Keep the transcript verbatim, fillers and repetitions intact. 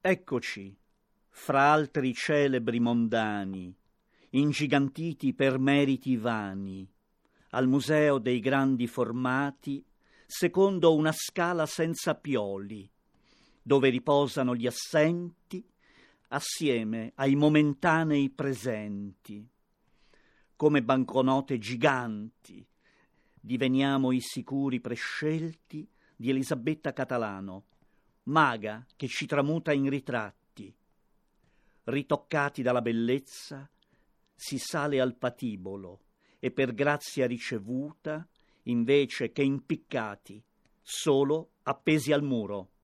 Eccoci, fra altri celebri mondani, ingigantiti per meriti vani, al Museo dei Grandi Formati, secondo una scala senza pioli, dove riposano gli assenti assieme ai momentanei presenti. Come banconote giganti diveniamo i sicuri prescelti di Elisabetta Catalano, maga che ci tramuta in ritratti. Ritoccati dalla bellezza, si sale al patibolo e per grazia ricevuta, invece che impiccati, solo appesi al muro.